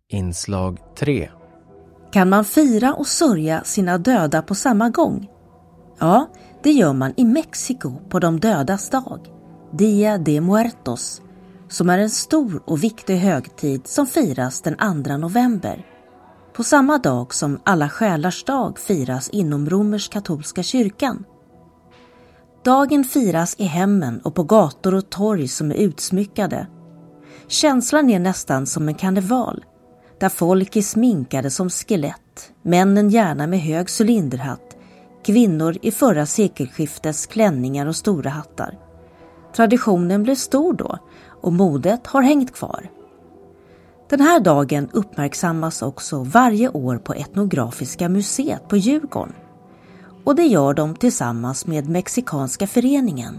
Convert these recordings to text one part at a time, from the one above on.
Inslag 3. Kan man fira och sörja sina döda på samma gång? Ja, det gör man i Mexiko på de dödas dag, Dia de Muertos, som är en stor och viktig högtid som firas den 2 november. På samma dag som alla själars dag firas inom romersk-katolska kyrkan. Dagen firas i hemmen och på gator och torg som är utsmyckade. Känslan är nästan som en karneval, där folk är sminkade som skelett, männen gärna med hög cylinderhatt, kvinnor i förra sekelskiftets klänningar och stora hattar. Traditionen blev stor då och modet har hängt kvar. Den här dagen uppmärksammas också varje år på Etnografiska museet på Djurgården. Och det gör de tillsammans med Mexikanska föreningen.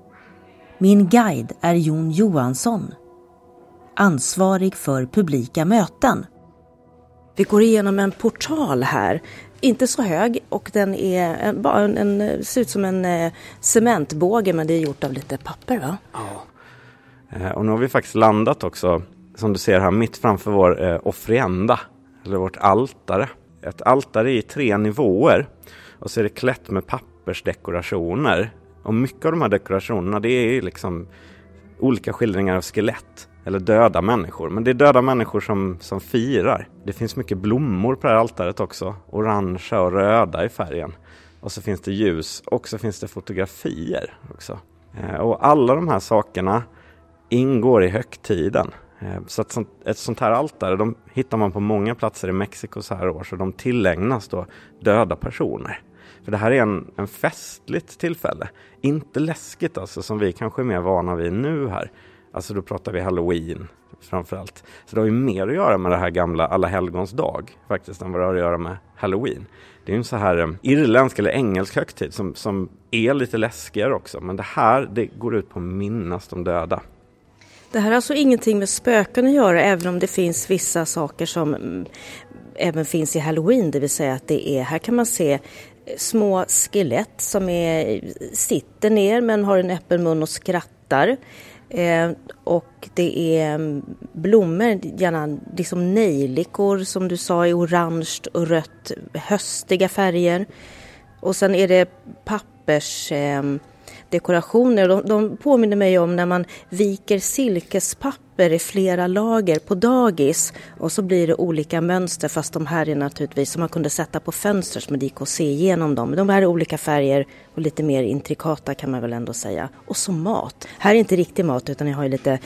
Min guide är Jon Johansson, ansvarig för publika möten. Vi går igenom en portal här, inte så hög, och den är bara ser ut som en cementbåge, men det är gjort av lite papper, va? Ja, och nu har vi faktiskt landat också, som du ser här, mitt framför vår ofrenda, eller vårt altare. Ett altare i 3 nivåer, och så är det klätt med pappersdekorationer. Och mycket av de här dekorationerna, det är liksom olika skildringar av skelett eller döda människor. Men det är döda människor som firar. Det finns mycket blommor på det här altaret också. Orangea och röda i färgen. Och så finns det ljus, och så finns det fotografier också. Och alla de här sakerna ingår i högtiden. Så att ett sånt här altare, de hittar man på många platser i Mexiko så här år. Så de tillägnas då döda personer. För det här är en festligt tillfälle. Inte läskigt alltså, som vi kanske är mer vana vid nu här. Alltså då pratar vi Halloween framförallt. Så det har ju mer att göra med det här gamla Alla helgons dag faktiskt än vad det har att göra med Halloween. Det är ju en så här irländsk eller engelsk högtid som är lite läskigare också. Men det här, det går ut på att minnas de döda. Det här har alltså ingenting med spöken att göra, även om det finns vissa saker som även finns i Halloween. Det vill säga att det är, här kan man se små skelett som sitter ner men har en öppen mun och skrattar. Och det är blommor, gärna liksom nejlikor som du sa, i orange och rött, höstiga färger. Och sen är det pappersdekorationer. De påminner mig om när man viker silkespapper i flera lager på dagis. Och så blir det olika mönster, fast de här är naturligtvis som man kunde sätta på fönster som det gick att se igenom dem. De här är olika färger och lite mer intrikata kan man väl ändå säga. Och så mat. Här är inte riktig mat, utan jag har ju lite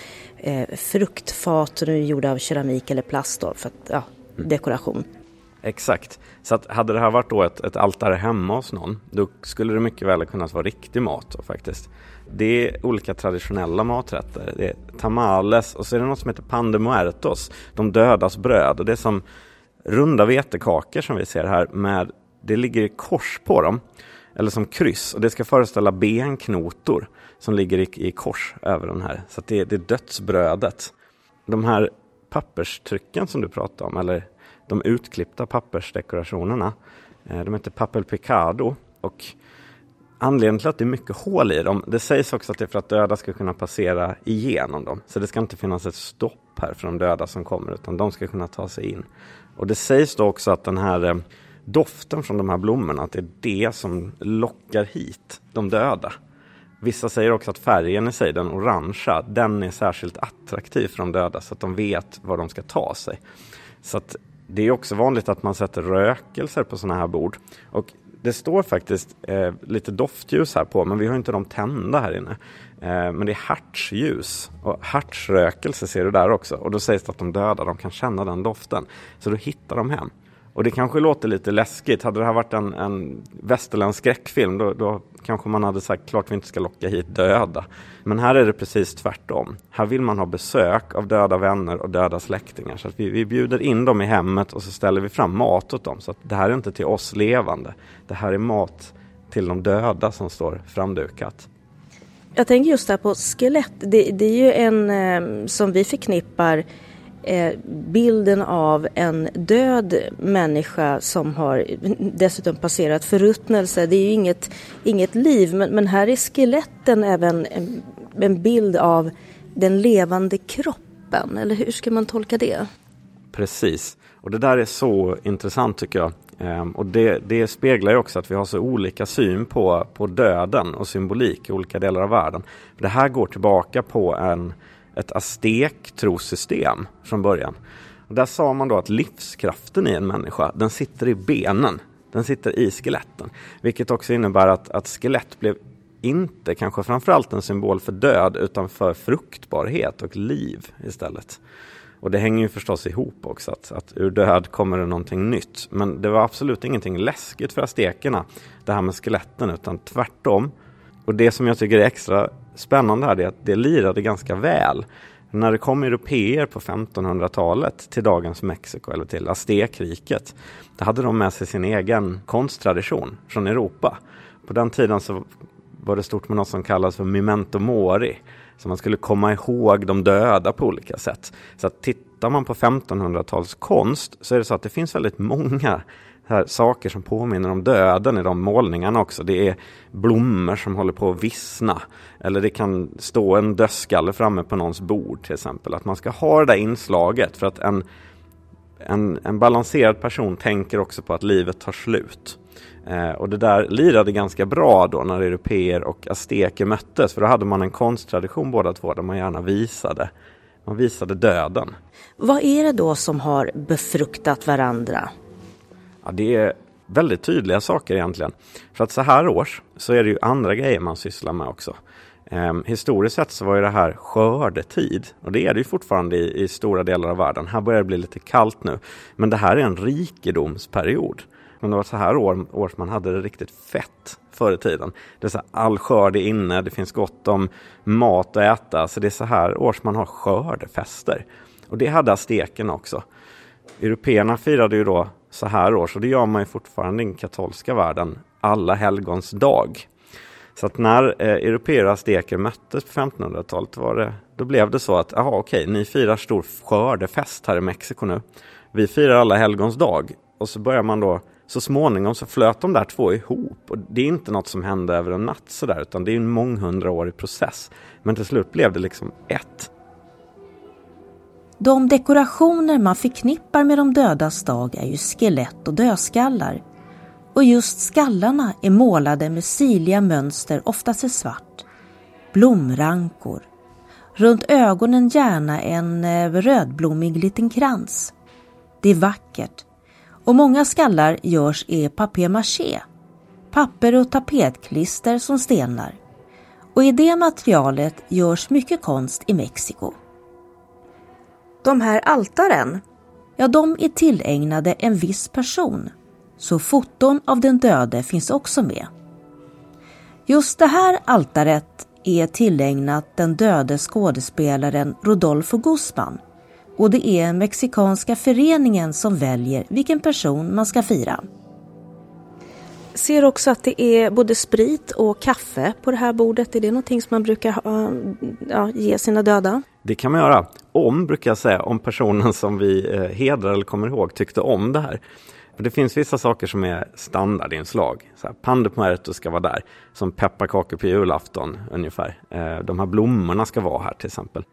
fruktfat gjorda av keramik eller plast då, för att, dekoration. Exakt. Så att hade det här varit då ett altare hemma hos någon, då skulle det mycket väl kunna vara riktig mat då, faktiskt. Det är olika traditionella maträtter. Det är tamales, och så är det något som heter pan de muertos, de dödas bröd. Och det är som runda vetekakor som vi ser här, det ligger kors på dem, eller som kryss. Och det ska föreställa benknotor som ligger i kors över den här. Så att det är dödsbrödet. De här papperstrycken som du pratade om, eller de utklippta pappersdekorationerna, de heter papel picado, och anledningen till att det är mycket hål i dem, det sägs också att det är för att döda ska kunna passera igenom dem. Så det ska inte finnas ett stopp här för de döda som kommer, utan de ska kunna ta sig in. Och det sägs då också att den här doften från de här blommorna, att det är det som lockar hit de döda. Vissa säger också att färgen i sig, den orangea, den är särskilt attraktiv för de döda, så att de vet var de ska ta sig. Så att det är också vanligt att man sätter rökelser på såna här bord. Och det står faktiskt lite doftljus här på, men vi har inte de tända här inne. Men det är hertzljus, och hertzrökelse ser du där också. Och då sägs det att de döda, de kan känna den doften. Så då hittar de hem. Och det kanske låter lite läskigt. Hade det här varit en västerländsk skräckfilm, då kanske man hade sagt klart vi inte ska locka hit döda. Men här är det precis tvärtom. Här vill man ha besök av döda vänner och döda släktingar. Så att vi bjuder in dem i hemmet, och så ställer vi fram mat åt dem. Så att det här är inte till oss levande. Det här är mat till de döda som står framdukat. Jag tänker just där på skelett. Det är ju en som vi förknippar bilden av en död människa som har dessutom passerat förruttnelse. Det är ju inget liv, men här är skeletten även en bild av den levande kroppen. Eller hur ska man tolka det? Precis. Och det där är så intressant tycker jag. Och det speglar ju också att vi har så olika syn på döden och symbolik i olika delar av världen. Det här går tillbaka på ett aztek-trossystem från början. Och där sa man då att livskraften i en människa, den sitter i benen. Den sitter i skeletten. Vilket också innebär att skelett blev inte kanske framförallt en symbol för död utan för fruktbarhet och liv istället. Och det hänger ju förstås ihop också att ur död kommer det någonting nytt. Men det var absolut ingenting läskigt för aztekerna, det här med skeletten, utan tvärtom. Och det som jag tycker är extra spännande här är att det lirade ganska väl. När det kom europeer på 1500-talet till dagens Mexiko eller till Aztekriket, då hade de med sig sin egen konsttradition från Europa. På den tiden så var det stort med något som kallas för memento mori. Så man skulle komma ihåg de döda på olika sätt. Så att tittar man på 1500-tals konst så är det så att det finns väldigt många här saker som påminner om döden i de målningarna också. Det är blommor som håller på att vissna. Eller det kan stå en dödskalle framme på någons bord till exempel. Att man ska ha det där inslaget för att en balanserad person tänker också på att livet tar slut. Och det där lirade ganska bra då när europeer och azteker möttes. För då hade man en konsttradition båda två där man gärna visade döden. Vad är det då som har befruktat varandra? Ja, det är väldigt tydliga saker egentligen. För att så här års så är det ju andra grejer man sysslar med också. Historiskt sett så var ju det här skördetid. Och det är det ju fortfarande i stora delar av världen. Här börjar det bli lite kallt nu. Men det här är en rikedomsperiod. Men det var så här års man hade det riktigt fett förr i tiden. Det är så här, all skörd är inne, det finns gott om mat att äta. Så det är så här års man har skördefester. Och det hade aztekerna också. Europeerna firade ju då så här års, och det gör man ju fortfarande i den katolska världen, alla helgons dag. Så att när europeer och azteker möttes på 1500-talet då blev det så att, ni firar stor skördefest här i Mexiko nu. Vi firar alla helgons dag. Och så börjar man då, så småningom så flöt de där två ihop. Och det är inte något som hände över en natt sådär, utan det är en månghundraårig process. Men till slut blev det liksom ett. De dekorationer man förknippar med de dödas dag är ju skelett och dödskallar. Och just skallarna är målade med sirliga mönster, oftast i svart. Blomrankor. Runt ögonen gärna en rödblommig liten krans. Det är vackert. Och många skallar görs i papier-maché. Papper och tapetklister som stelnar. Och i det materialet görs mycket konst i Mexiko. De här altaren, de är tillägnade en viss person. Så foton av den döde finns också med. Just det här altaret är tillägnat den döde skådespelaren Rodolfo Guzman. Och det är mexikanska föreningen som väljer vilken person man ska fira. Ser också att det är både sprit och kaffe på det här bordet. Är det någonting som man brukar ge sina döda? Det kan man göra. Brukar jag säga, om personen som vi hedrar eller kommer ihåg tyckte om det här. För det finns vissa saker som är standardinslag. Så här, pan de muerto ska vara där. Som pepparkakor på julafton ungefär. De här blommorna ska vara här till exempel.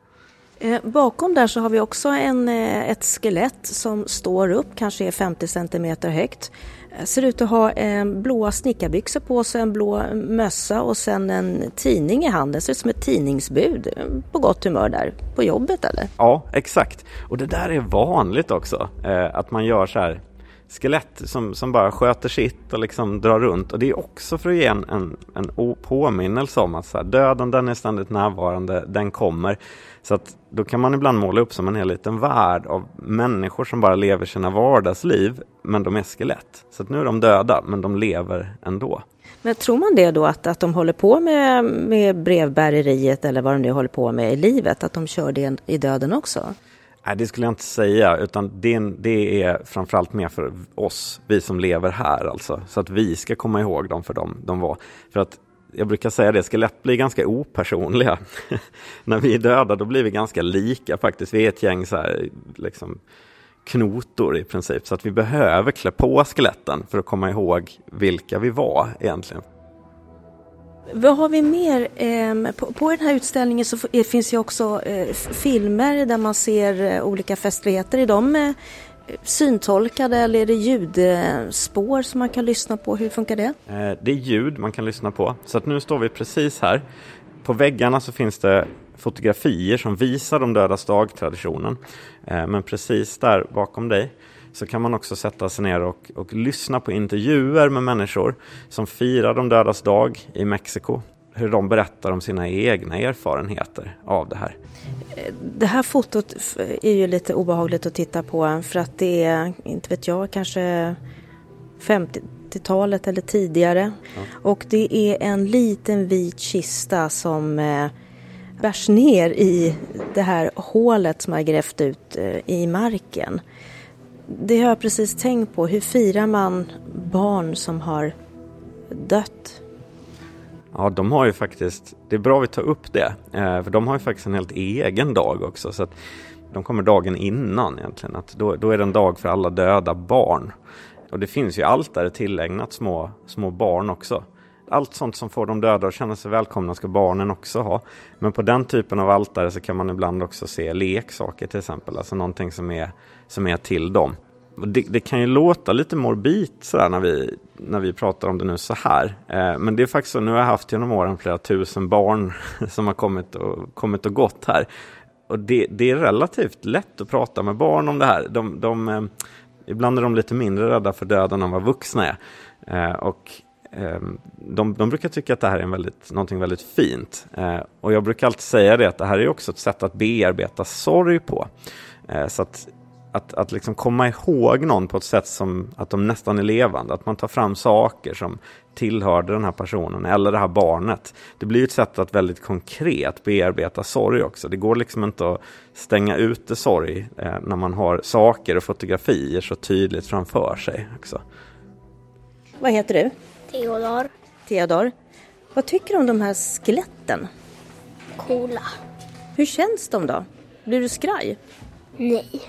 Bakom där så har vi också ett skelett som står upp, kanske är 50 cm högt. Ser ut att ha blåa snickarbyxor på sig, en blå mössa och sen en tidning i handen. Ser ut som ett tidningsbud, på gott humör där på jobbet eller? Ja, exakt. Och det där är vanligt också, att man gör så här skelett som bara sköter sitt och liksom drar runt. Och det är också för att ge en påminnelse om att så här, döden, den är ständigt närvarande, den kommer. Så att då kan man ibland måla upp som en hel liten värld av människor som bara lever sina vardagsliv, men de är skelett. Så att nu är de döda, men de lever ändå. Men tror man det då att de håller på med brevbäreriet eller vad de nu håller på med i livet, att de kör det i döden också? Nej, det skulle jag inte säga, utan det är framförallt mer för oss, vi som lever här alltså. Så att vi ska komma ihåg dem för de var. För att jag brukar säga det, skelett blir ganska opersonliga. När vi är döda då blir vi ganska lika faktiskt. Vi är ett gäng så här, liksom knotor i princip. Så att vi behöver klä på skeletten för att komma ihåg vilka vi var egentligen. Vad har vi mer? På den här utställningen så finns ju också filmer där man ser olika festligheter. Är de syntolkade eller är det ljudspår som man kan lyssna på? Hur funkar det? Det är ljud man kan lyssna på. Så att nu står vi precis här. På väggarna så finns det fotografier som visar de dödas dag-traditionen. Men precis där bakom dig så kan man också sätta sig ner och lyssna på intervjuer med människor som firar de dödas dag i Mexiko. Hur de berättar om sina egna erfarenheter av det här. Det här fotot är ju lite obehagligt att titta på för att det är, inte vet jag, kanske 50-talet eller tidigare. Ja. Och det är en liten vit kista som bärs ner i det här hålet som är grävt ut i marken. Det har jag precis tänkt på. Hur firar man barn som har dött? Ja, de har ju faktiskt, det är bra att vi tar upp det. För de har ju faktiskt en helt egen dag också. Så att de kommer dagen innan egentligen. Att då är det en dag för alla döda barn. Och det finns ju allt där tillägnat små barn också. Allt sånt som får de döda att känna sig välkomna ska barnen också ha. Men på den typen av altare så kan man ibland också se leksaker till exempel. Alltså någonting som är till dem. Och det kan ju låta lite morbid sådär när vi pratar om det nu så här. Men det är faktiskt så, nu har jag haft genom åren flera tusen barn som har kommit och gått här. Och det är relativt lätt att prata med barn om det här. Ibland är de lite mindre rädda för döden än vad vuxna är. Och de brukar tycka att det här är någonting väldigt fint. Och jag brukar alltid säga det att det här är också ett sätt att bearbeta sorg på. Så att liksom komma ihåg någon på ett sätt som att de nästan är levande. Att man tar fram saker som tillhörde den här personen eller det här barnet. Det blir ett sätt att väldigt konkret bearbeta sorg också. Det går liksom inte att stänga ute sorg när man har saker och fotografier så tydligt framför sig också. Vad heter du? Theodor. Vad tycker du om de här skeletten? Coola. Hur känns de då? Blir du skraj? Nej.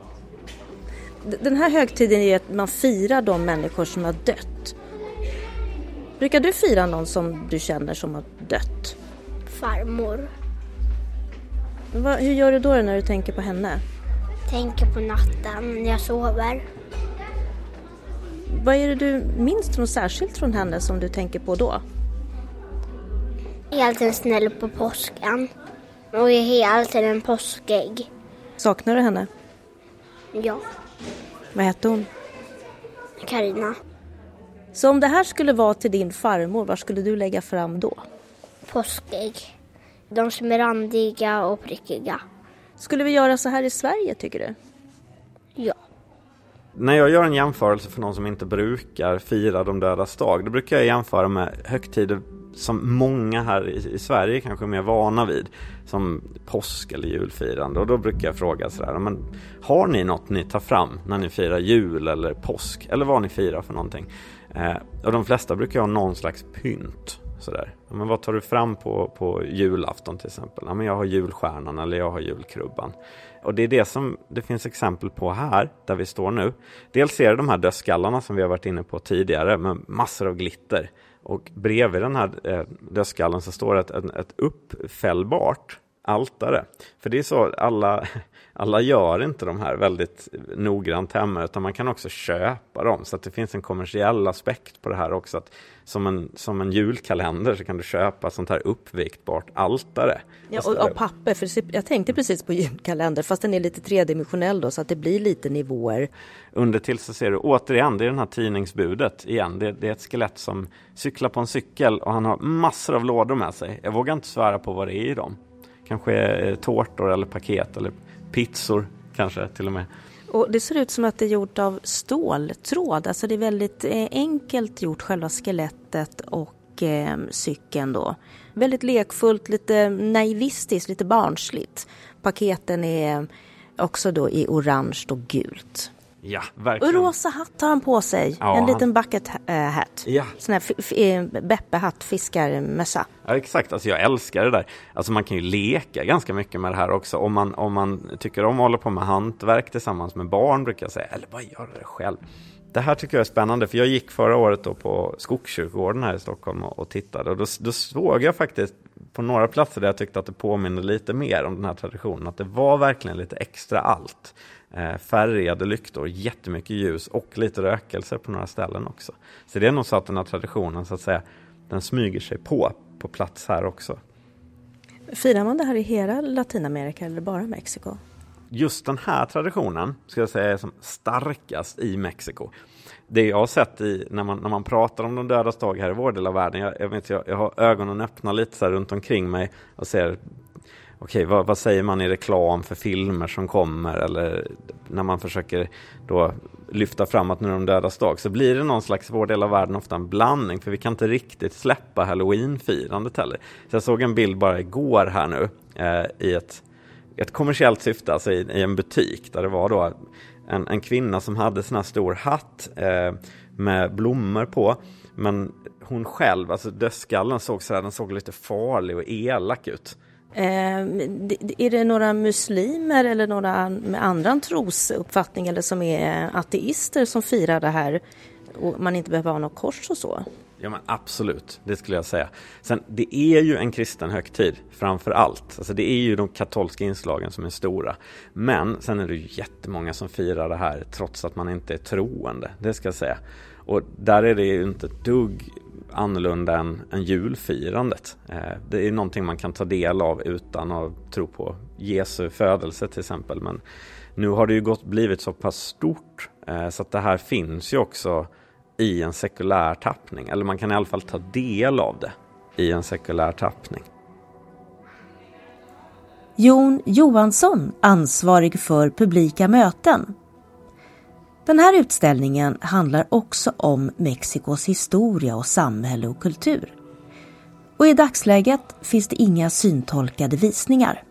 Den här högtiden är att man firar de människor som har dött. Brukar du fira någon som du känner som har dött? Farmor. Hur gör du då när du tänker på henne? Tänker på natten när jag sover. Vad är det du minns något särskilt från henne som du tänker på då? Helt en snäll på påsken. Och är helt en påskägg. Saknar du henne? Ja. Vad hette hon? Carina. Så om det här skulle vara till din farmor, vad skulle du lägga fram då? Påskägg. De som är randiga och prickiga. Skulle vi göra så här i Sverige, tycker du? Ja. När jag gör en jämförelse för någon som inte brukar fira de dödas dag, då brukar jag jämföra med högtider som många här i Sverige kanske är mer vana vid, som påsk eller julfirande. Och då brukar jag fråga sådär, men har ni något ni tar fram när ni firar jul eller påsk, eller vad ni firar för någonting? Och de flesta brukar ha någon slags pynt sådär. Men vad tar du fram på julafton till exempel? Ja, men jag har julstjärnan eller jag har julkrubban. Och det är det som det finns exempel på här där vi står nu. Dels är det de här dödskallarna som vi har varit inne på tidigare med massor av glitter. Och bredvid den här dödskallen så står det ett uppfällbart altare. För det är så, alla gör inte de här väldigt noggrant hemma, utan man kan också köpa dem. Så att det finns en kommersiell aspekt på det här också. Att som en julkalender så kan du köpa sånt här uppviktbart altare. Ja, och papper, för jag tänkte precis på julkalender, fast den är lite tredimensionell då, så att det blir lite nivåer. Under till så ser du återigen, det är den här tidningsbudet igen. Det är ett skelett som cyklar på en cykel och han har massor av lådor med sig. Jag vågar inte svära på vad det är i dem. Kanske tårtor eller paket eller pizzor kanske till och med. Och det ser ut som att det är gjort av ståltråd. Alltså det är väldigt enkelt gjort, själva skelettet och cykeln då. Väldigt lekfullt, lite naivistiskt, lite barnsligt. Paketen är också då i orange och gult. Ja, Och verkligen. rosa hatt har han på sig. Ja, en liten bucket hat. Ja. Sån här Beppe-hatt, fiskarmössa. Ja, exakt. Alltså jag älskar det där. Alltså man kan ju leka ganska mycket med det här också. Om man tycker om att hålla på med hantverk tillsammans med barn, brukar jag säga. Eller bara gör det själv. Det här tycker jag är spännande, för jag gick förra året då på Skogskyrkogården här i Stockholm och tittade. Och då såg jag faktiskt på några platser där jag tyckte att det påminner lite mer om den här traditionen. Att det var verkligen lite extra allt. Färgade lyktor, jättemycket ljus och lite rökelser på några ställen också. Så det är nog så att den här traditionen, så att säga, den smyger sig på plats här också. Firar man det här i hela Latinamerika eller bara Mexiko? Just den här traditionen ska jag säga är som starkast i Mexiko. Det jag har sett när man pratar om de dödas dag här i vår del av världen, jag har ögonen öppna lite så här runt omkring mig och ser, okej, vad säger man i reklam för filmer som kommer, eller när man försöker då lyfta fram att nu är de dödas dag, så blir det någon slags vår del av världen ofta en blandning, för vi kan inte riktigt släppa Halloween-firandet heller. Så jag såg en bild bara igår här nu i ett kommersiellt syfte, alltså i en butik, där det var då en kvinna som hade sån här stor hatt med blommor på, men hon själv, alltså dödskallen den såg lite farlig och elak ut. Är det några muslimer eller några med andra trosuppfattning eller som är ateister som firar det här och man inte behöver ha något kors och så? Ja, men absolut, det skulle jag säga. Sen, det är ju en kristen högtid framför allt. Alltså det är ju de katolska inslagen som är stora. Men sen är det ju jättemånga som firar det här trots att man inte är troende, det ska jag säga. Och där är det ju inte ett dugg annorlunda än julfirandet. Det är någonting man kan ta del av utan att tro på Jesu födelse till exempel. Men nu har det ju blivit så pass stort så att det här finns ju också i en sekulär tappning. Eller man kan i alla fall ta del av det i en sekulär tappning. Jon Johansson, ansvarig för publika möten. Den här utställningen handlar också om Mexikos historia och samhälle och kultur. Och i dagsläget finns det inga syntolkade visningar.